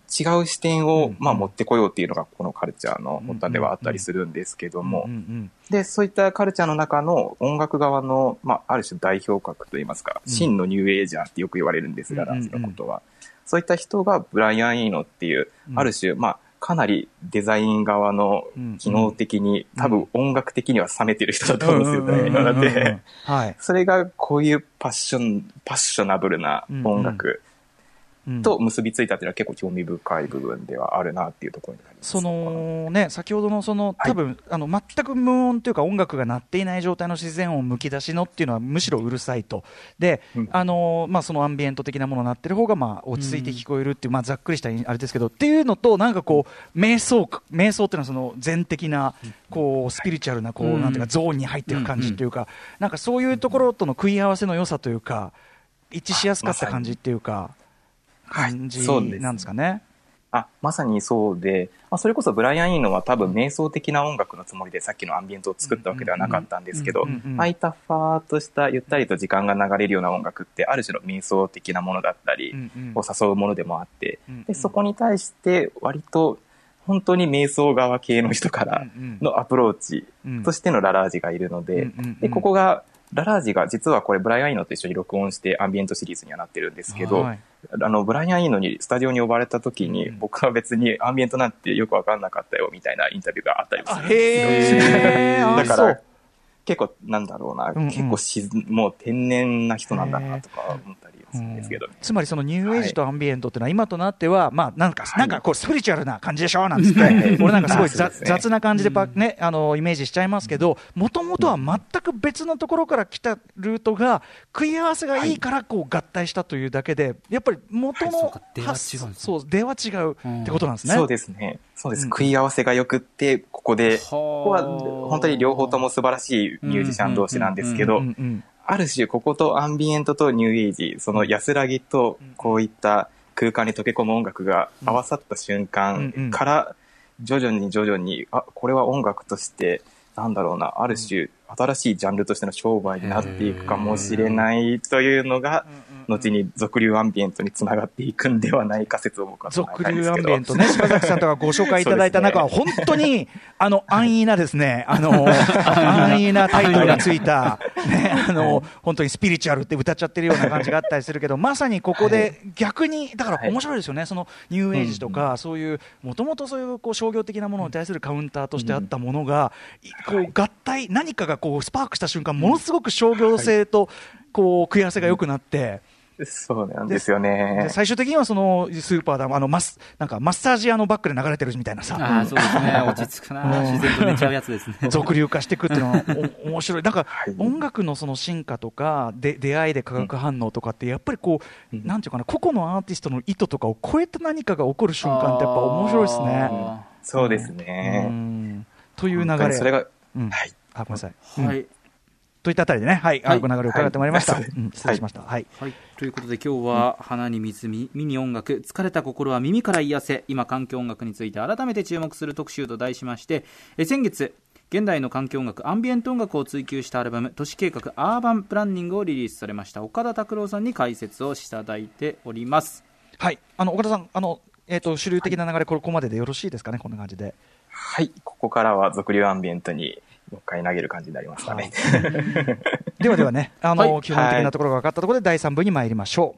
違う視点を、持ってこようっていうのがこのカルチャーの発端ではあったりするんですけども、でそういったカルチャーの中の音楽側の、ある種代表格といいますか、真のニューエイジャーってよく言われるんですが、ラージのことは、そういった人がブライアン・イーノっていう、ある種、かなりデザイン側の機能的に、多分音楽的には冷めてる人だと思うんですよね。なので、それがこういうパッショナブルな音楽と結びついたっていうのは結構興味深い部分ではあるなっていうところになります。 そのね、先ほどの多分、全く無音というか音楽が鳴っていない状態の自然音むき出しのっていうのはむしろうるさいと。で、そのアンビエント的なものになってる方が落ち着いて聞こえるっていう、ざっくりしたあれですけどっていうのと、なんかこう瞑想っていうのはその禅的なこうスピリチュアルなこうなんていうかゾーンに入っていく感じっていうか、なんかそういうところとの食い合わせの良さというか、一致しやすかった感じっていうか。感じなんですかね。 まさにそうで、それこそブライアン・イーノは多分瞑想的な音楽のつもりでさっきのアンビエントを作ったわけではなかったんですけど、ああいったファーっとしたゆったりと時間が流れるような音楽ってある種の瞑想的なものだったりを誘うものでもあって、でそこに対して割と本当に瞑想側系の人からのアプローチとしてのララージがいるので、でここがララージが実はこれブライアン・イーノと一緒に録音してアンビエントシリーズにはなってるんですけど、ブライアン・イーノにスタジオに呼ばれた時に、僕は別にアンビエントなんてよく分かんなかったよみたいなインタビューがあったりもするんですよ。だから結構結構もう天然な人なんだなとか思ったりするんですけど、 つまりそのニューエイジとアンビエントっていうのは今となっては、なんかこうスピリチュアルな感じでしょなんつって俺なんかすごい雑な感じでイメージしちゃいますけど、もともとは全く別のところから来たルートが食い合わせがいいからこう合体したというだけで、やっぱり元の出は違うってことなんですね。 そうですね。そうです。食い合わせがよくって、ここは本当に両方とも素晴らしいミュージシャン同士なんですけど、ある種こことアンビエントとニューエイジ、その安らぎとこういった空間に溶け込む音楽が合わさった瞬間から徐々にこれは音楽としてある種新しいジャンルとしての商売になっていくかもしれないというのが後に俗流アンビエントにつながっていいくんではないか説を僕は唱えたいんですけど、俗流アンビエントね、柴崎さんとかご紹介いただいた中は本当に安易なですね、安易なタイトルがついた、本当にスピリチュアルって歌っちゃってるような感じがあったりするけど、まさにここで逆にだから面白いですよね。そのニューエイジとかそういうもともとそういう商業的なものに対するカウンターとしてあったものがこう合体、何かがこうスパークした瞬間ものすごく商業性とこう食い合わせが良くなって、 そうなんですよね。 で最終的にはそのスーパーだなんかマッサージ屋のバックで流れてるみたいなさ、 そうですね、落ち着くな、自然と寝ちゃうやつですね。 俗流化していくっていうのは面白い。なんか音楽のその進化とか出会いで化学反応とかってやっぱりこう、なんていうかな、個々のアーティストの意図とかを超えて何かが起こる瞬間ってやっぱ面白いですね。 そうですね。 という流れ。 それが、 ごめんなさい。といったあたりでね、流れを伺ってまいりました。失礼しました。 ということで今日は花に水、耳に音楽、疲れた心は耳から癒せ、今環境音楽について改めて注目する特集と題しまして、先月現代の環境音楽、アンビエント音楽を追求したアルバム都市計画アーバンプランニングをリリースされました岡田拓郎さんに解説をしていただいております。 岡田さん、主流的な流れ、ここまででよろしいですかね。こんな感じで。 ここからは俗流アンビエントにもう一回投げる感じになりますかね。 ではね、基本的なところが分かったところで第3部に参りましょ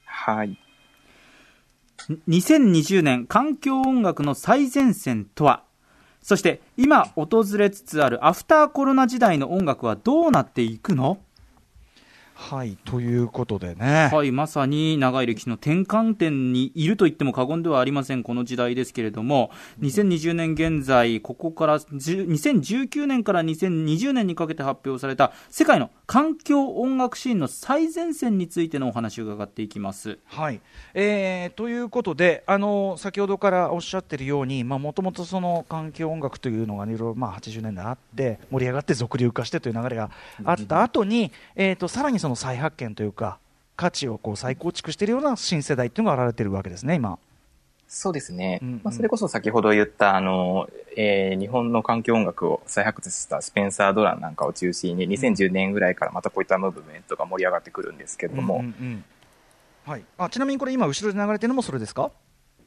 う。2020年環境音楽の最前線とは、そして今訪れつつあるアフターコロナ時代の音楽はどうなっていくの？ ということでね、 まさに長い歴史の転換点にいると言っても過言ではありません。この時代ですけれども、2020年現在、ここから2019年から2020年にかけて発表された世界の環境音楽シーンの最前線についてのお話を伺っていきます。 ということで、先ほどからおっしゃっているように、もともとその環境音楽というのがいろいろ80年代あって盛り上がって俗流化してという流れがあった後に、さらにその再発見というか価値をこう再構築しているような新世代というのが現れているわけですね、今。 そうですね。それこそ先ほど言った日本の環境音楽を再発掘したスペンサー・ドランなんかを中心に2010年ぐらいからまたこういったムーブメントが盛り上がってくるんですけども、 ちなみにこれ今後ろで流れているのもそれですか？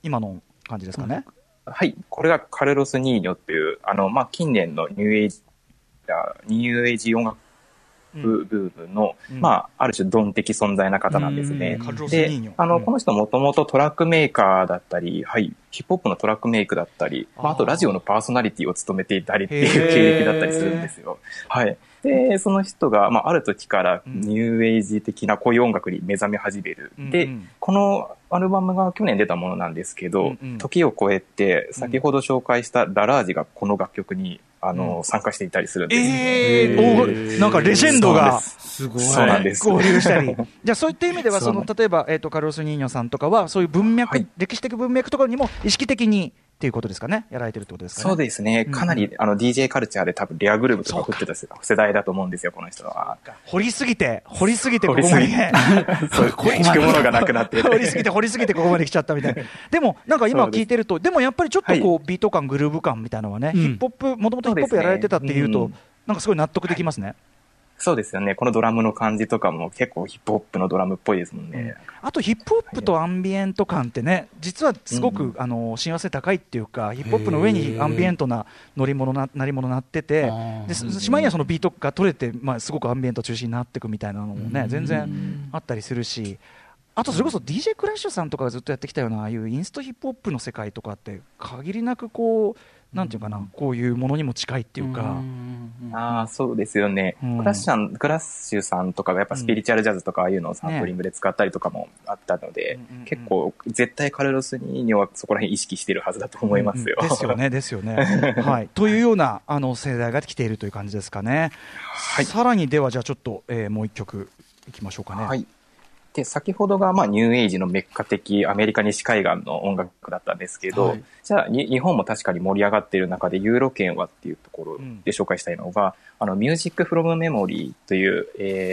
今の感じですかね。 はい。これがカルロス・ニーニョっていう、近年のニューエイジ音楽ブームの、ある種ドン的存在な方なんですね。で、この人もともとトラックメーカーだったり、はい、ヒップホップのトラックメイクだったり、あとラジオのパーソナリティを務めていたりっていう経歴だったりするんですよ。はい。で、その人が、ある時からニューエイジ的なこういう音楽に目覚め始める。で、このアルバムが去年出たものなんですけど、時を超えて、先ほど紹介したララージがこの楽曲に参加していたりするんです。 なんかレジェンドがすごい。 そうなんです。 合流したり。じゃあそういった意味では、例えば、カルロス・ニーニョさんとかは、そういう文脈、はい、歴史的文脈とかにも意識的にっていうことですかね、やられてるってことですかね。 そうですね。かなり、DJ カルチャーで多分レアグルーヴとか振ってた世代だと思うんですよ、この人は。 掘りすぎて、ここまでね。 そう、聞くものがなくなって。 掘りすぎて、ここまで来ちゃったみたいな。でも、なんか今聞いてると、でもやっぱりちょっとこう、ビート感、グルーヴ感みたいなのはね、ヒップホップ、もともとヒップホップやられてたっていうと、なんかすごい納得できますね。 そうですよね。このドラムの感じとかも結構ヒップホップのドラムっぽいですもんね。 あとヒップホップとアンビエント感ってね、実はすごく、親和性高いっていうか、ヒップホップの上にアンビエントな鳴り物鳴ってて、でしまいにはそのビートが取れて、すごくアンビエント中心になっていくみたいなのもね、全然あったりするし、あとそれこそ DJ クラッシュさんとかがずっとやってきたような、ああいうインストヒップホップの世界とかって限りなくこう、なんていうかな、こういうものにも近いっていうか。 そうですよね。クラッシュさんとかがやっぱスピリチュアルジャズとかああいうのをサンプリングで使ったりとかもあったので、結構絶対カルロス・ニーニョはそこら辺意識してるはずだと思いますよ。 ですよね。はい。というような世代が来ているという感じですかね。はい。さらにではじゃあちょっと、もう一曲いきましょうかね。 はい。で、先ほどがニューエイジのメッカ的アメリカ西海岸の音楽だったんですけど、じゃあ日本も確かに盛り上がっている中でユーロ圏はっていうところで紹介したいのが、ミュージックフロムメモリーという、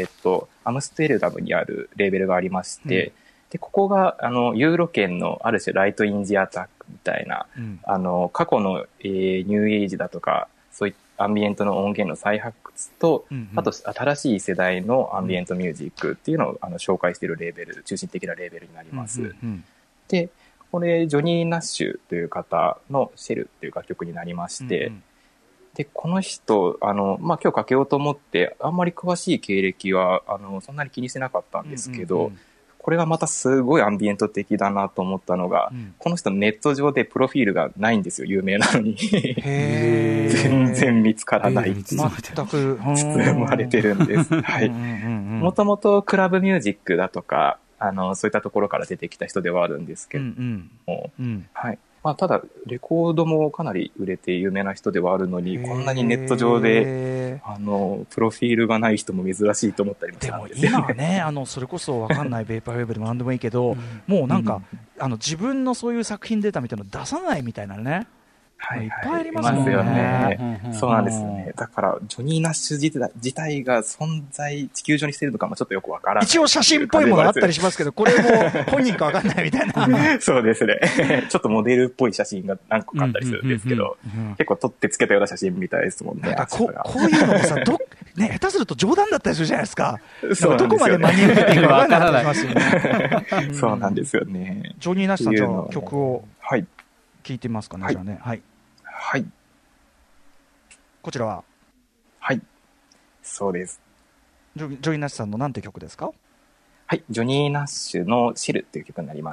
アムステルダムにあるレーベルがありまして、で、ここがユーロ圏のある種ライトインジアタックみたいな、過去の、ニューエイジだとか、そういったアンビエントの音源の再発掘と、あと新しい世代のアンビエントミュージックっていうのを紹介しているレーベル、中心的なレーベルになります。で、これ、ジョニー・ナッシュという方のシェルっていう楽曲になりまして、で、この人、今日かけようと思って、あんまり詳しい経歴は、そんなに気にしてなかったんですけど、これがまたすごいアンビエント的だなと思ったのが、この人ネット上でプロフィールがないんですよ、有名なのに。全然見つからない。 全く包まれてるんです。はい。もともとクラブミュージックだとか、そういったところから出てきた人ではあるんですけども、はい。ただ、レコードもかなり売れて有名な人ではあるのに、こんなにネット上で、プロフィールがない人も珍しいと思ったりもしたんですよね。 でも今はね、それこそわかんないベーパーウェブでも何でもいいけど、もうなんか、自分のそういう作品データみたいなの出さないみたいなね。いっぱいありますもんね。 そうなんですよね。だから、ジョニー・ナッシュ自体が存在、地球上にしてるのかもちょっとよくわからない。 一応写真っぽいものあったりしますけど、これも本人かわかんないみたいな。 そうですね。ちょっとモデルっぽい写真が何個かあったりするんですけど、結構撮ってつけたような写真みたいですもんね。 こういうのもさ、下手すると冗談だったりするじゃないですか。どこまで真に受けていいかわからないですよね。 そうなんですよね。 ジョニー・ナッシュさん、じゃあ曲を聴いてみますかね、じゃあね。はい。 はい。 こちらははい。そうです。 ジョニー・ナッシュさんのなんて曲ですか？ はい。ジョニー・ナッシュのシルっていう曲になります。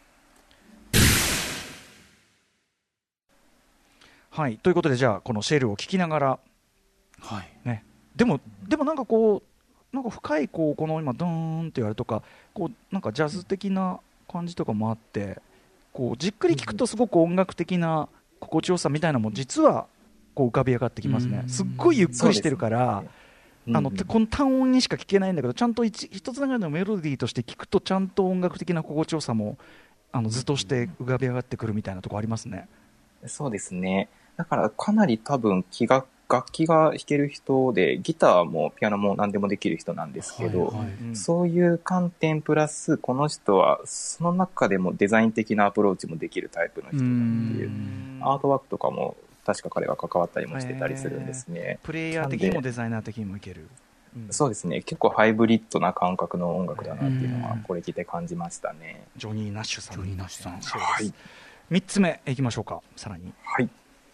はい。ということで、じゃあ、このシェルを聴きながら、 はい。 ね。でもなんかこう、なんか深い、この今、ドーンってやるとか、なんかジャズ的な感じとかもあって、じっくり聴くとすごく音楽的な心地よさみたいなのも実は浮かび上がってきますね。すっごいゆっくりしてるから、この単音にしか聴けないんだけど、ちゃんと一つながらのメロディーとして聴くとちゃんと音楽的な心地よさも図として浮かび上がってくるみたいなところありますね。 そうですね。だからかなり多分楽器が弾ける人で、ギターもピアノも何でもできる人なんですけど、そういう観点プラス、この人はその中でもデザイン的なアプローチもできるタイプの人だっていう、アートワークとかも確か彼が関わったりもしてたりするんですね。 プレイヤー的にもデザイナー的にもいける。 そうですね。結構ハイブリッドな感覚の音楽だなっていうのは、これ聞いて感じましたね。 ジョニー・ナッシュさん。 ジョニー・ナッシュさん。 はい。 3つ目いきましょうか、さらに。 はい。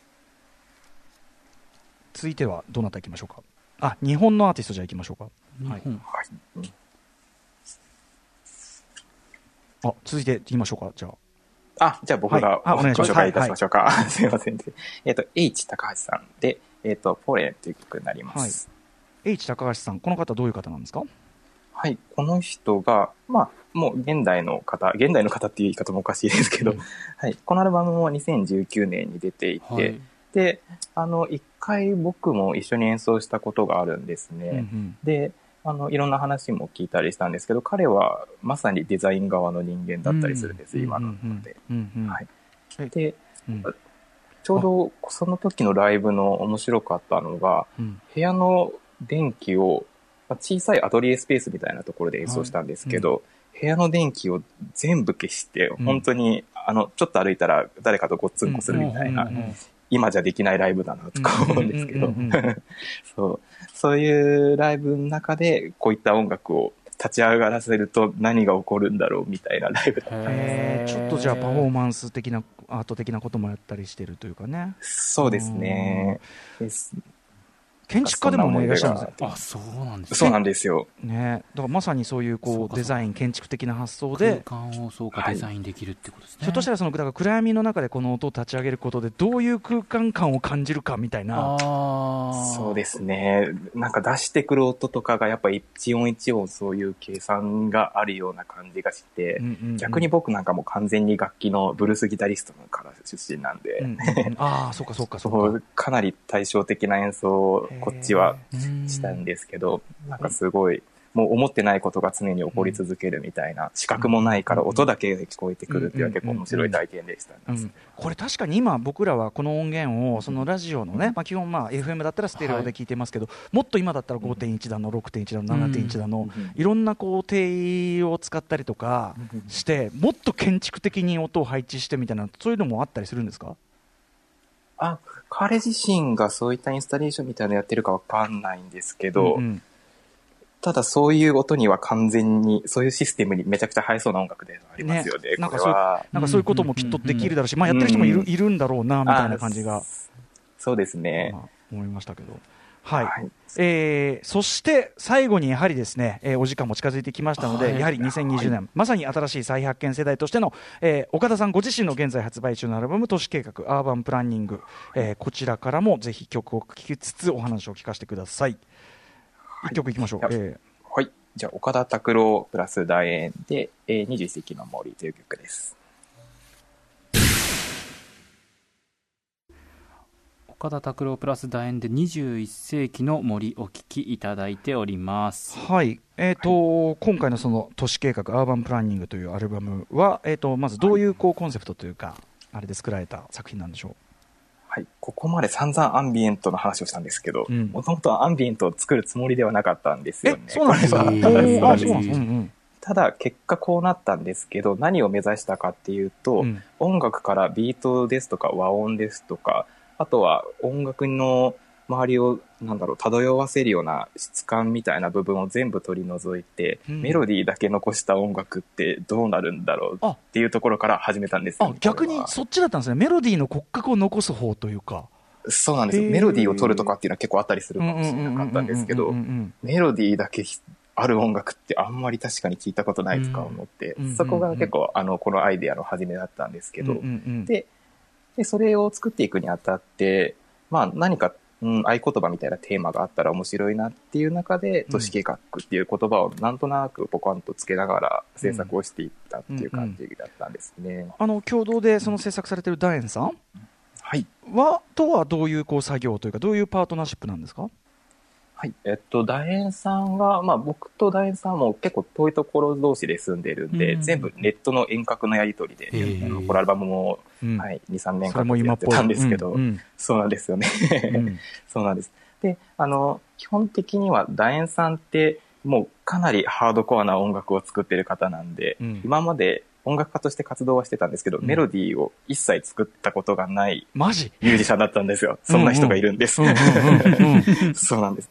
続いてはどなたいきましょうか。あ、日本のアーティストじゃいきましょうか。はい。あ、続いていきましょうか、じゃあ。 じゃあ僕がご紹介いたしましょうか。すいません。H 高橋さんで、ポレンという曲になります。 H 高橋さん、この方どういう方なんですか？ はい、この人が、もう現代の方っていう言い方もおかしいですけど、はい、このアルバムも2019年に出ていて、で、一回僕も一緒に演奏したことがあるんですね。で、いろんな話も聞いたりしたんですけど、彼はまさにデザイン側の人間だったりするんです、今のので。で、ちょうどその時のライブの面白かったのが、部屋の電気を、小さいアトリエスペースみたいなところで演奏したんですけど、部屋の電気を全部消して、本当に、ちょっと歩いたら誰かとごっつんこするみたいな、今じゃできないライブだなとか思うんですけど、そういうライブの中でこういった音楽を立ち上がらせると何が起こるんだろうみたいなライブだったんです。 ちょっとじゃあパフォーマンス的なアート的なこともやったりしてるというかね。 そうですね。 建築家でもねいらっしゃるんですよ。 そうなんですね。 そうなんですよ。 ね、だからまさにそういうデザイン建築的な発想で空間をデザインできるってことですね。 ひょっとしたらだから暗闇の中でこの音を立ち上げることでどういう空間感を感じるかみたいな。 そうですね。なんか出してくる音とかがやっぱり一音一音そういう計算があるような感じがして、逆に僕なんかも完全に楽器のブルースギタリストのから出身なんで、 そうかかなり対照的な演奏をこっちはしたんですけど、なんかすごいもう思ってないことが常に起こり続けるみたいな、視覚もないから音だけで聞こえてくるっていうのは結構面白い体験でしたね。 これ確かに今僕らはこの音源をそのラジオのね、基本FM だったらステレオで聞いてますけど、もっと今だったら 5.1 だの 6.1 だの 7.1 だのいろんな定を使ったりとかしてもっと建築的に音を配置してみたいな、そういうのもあったりするんですか？ 彼自身がそういったインスタレーションみたいなのやってるかわかんないんですけど、ただそういう音には完全にそういうシステムにめちゃくちゃ入りそうなな音楽でありますよね。 なんかそういうこともきっとできるだろうし、やってる人もいるんだろうなみたいな感じがそうですね、 思いましたけど。そして最後にやはりですね、お時間も近づいてきましたので、やはり2020年、まさに新しい再発見世代としての、岡田さんご自身の現在発売中のアルバム都市計画アーバンプランニング、こちらからもぜひ曲を聴きつつお話を聞かせてください。1曲いきましょう。 はい、じゃあ岡田拓郎プラス楕円で、21世紀の森という曲です。 岡田拓郎プラス楕円で21世紀の森お聴きいただいております。 はい、今回のその都市計画アーバンプランニングというアルバムは、まずどういうコンセプトというか、あれで作られた作品なんでしょう？ はい、ここまで散々アンビエントの話をしたんですけど、もともとアンビエントを作るつもりではなかったんですよね。 そうなんですか？ ただ結果こうなったんですけど、何を目指したかっていうと、音楽からビートですとか和音ですとか、あとは音楽の周りを漂わせるような質感みたいな部分を全部取り除いて、メロディーだけ残した音楽ってどうなるんだろうっていうところから始めたんですよ。 逆にそっちだったんですね。メロディーの骨格を残す方というか。 そうなんですよ。メロディーを取るとかっていうのは結構あったりするかもしれなかったんですけど、メロディーだけある音楽ってあんまり確かに聞いたことないとか思って、そこが結構このアイデアの始めだったんですけど、でそれを作っていくにあたって、何か、合言葉みたいなテーマがあったら面白いなっていう中で、都市計画っていう言葉をなんとなくポカンとつけながら制作をしていったっていう感じだったんですね。 共同でその制作されている楕円さん、とはどういう作業というか、どういうパートナーシップなんですか？ はい。楕円さんが、僕と楕円さんも結構遠いところ同士で住んでるんで、全部ネットの遠隔のやり取りで、このアルバムも、2、3年間やってたんですけど、そうなんですよね。そうなんです。で、基本的には楕円さんってもうかなりハードコアな音楽を作ってる方なんで、今まで音楽家として活動はしてたんですけど、メロディーを一切作ったことがないミュージシャンだったんですよ。そんな人がいるんです。そうなんです。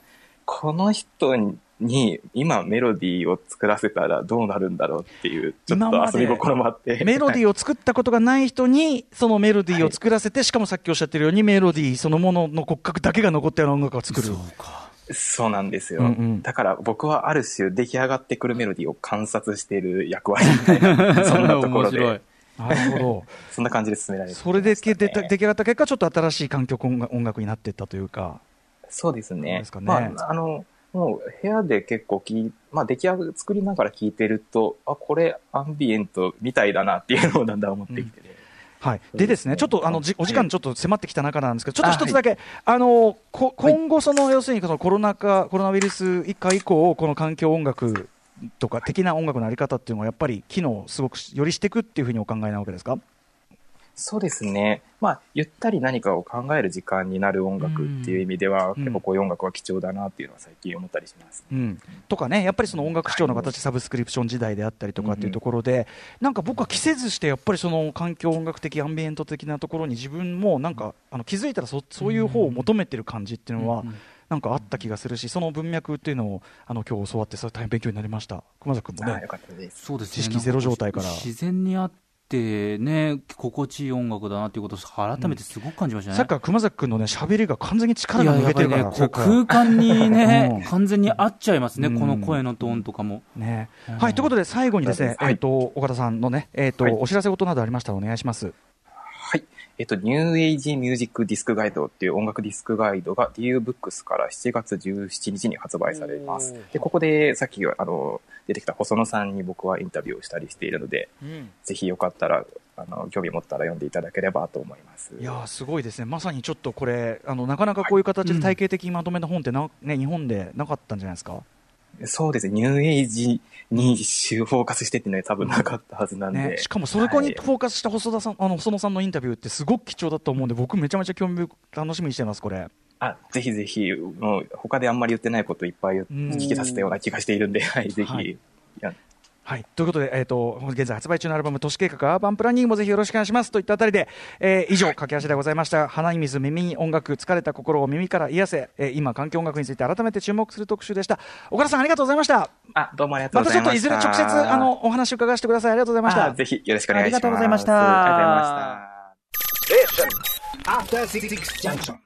この人に今メロディーを作らせたらどうなるんだろうっていう、ちょっと遊び心もあって。 メロディーを作ったことがない人に、そのメロディーを作らせて、しかもさっきおっしゃってるようにメロディーそのものの骨格だけが残ったような音楽を作る。 そうなんですよ、だから僕はある種出来上がってくるメロディーを観察している役割みたいな、そんなところで。 なるほど。 そんな感じで進められて、ね、 それで出来上がった結果、ちょっと新しい環境音楽になっていったというか。 そうですね。 ですかね。 もう部屋で結構出来上がり作りながら聴いてると、これアンビエントみたいだなっていうのをだんだん思ってきて、 はい。でですね、ちょっとお時間ちょっと迫ってきた中なんですけど、ちょっと一つだけ、今後要するにそのコロナウイルス以降、この環境音楽とか的な音楽のあり方っていうのはやっぱり機能すごくよりしていくっていうふうにお考えなわけですか？ そうですね。ゆったり何かを考える時間になる音楽っていう意味では、結構こういう音楽は貴重だなっていうのは最近思ったりします。 とかね、やっぱりその音楽視聴の形、サブスクリプション時代であったりとかっていうところで、なんか僕は着せずしてやっぱりその環境音楽的、アンビエント的なところに自分もなんか気づいたらそういう方を求めてる感じっていうのは、なんかあった気がするし、その文脈っていうのを今日教わって、それ大変勉強になりました。熊崎君もね、 よかったです。 そうですね、 知識ゼロ状態から自然にあってね、心地いい音楽だなということを改めてすごく感じましたね。 さっきから熊崎君のね、喋りが完全に力が抜けてるから、 空間にね、完全に合っちゃいますね、この声のトーンとかも。 ね、はい、ということで最後にですね、岡田さんのね、お知らせ事などありましたらお願いします。 はい。ニューエイジミュージックディスクガイドっていう音楽ディスクガイドが DU ブックスから7月17日に発売されます。で、ここでさっき出てきた細野さんに僕はインタビューをしたりしているので、ぜひよかったら興味持ったら読んでいただければと思います。 いやー、すごいですね。まさにちょっとこれなかなかこういう形で体系的にまとめた本って日本でなかったんじゃないですか？ そうですね、ニューエイジにフォーカスしてっていうのは多分なかったはずなんで、 しかもそれにフォーカスした細野さんのインタビューってすごく貴重だと思うんで、僕めちゃめちゃ楽しみにしてます。これぜひぜひ、もう他であんまり言ってないこといっぱい聞き出せたような気がしているんで、ぜひ。 はい、ということで、現在発売中のアルバム都市計画アーバンプランニングもぜひよろしくお願いしますといったあたりで、以上駆け足でございました。鼻に水、耳に音楽、疲れた心を耳から癒せ、今環境音楽について改めて注目する特集でした。岡田さん、ありがとうございました。 どうもありがとうございました。 またちょっといずれ直接お話を伺わせてください。ありがとうございました。 ぜひよろしくお願いします。 ありがとうございました。 ありがとうございました。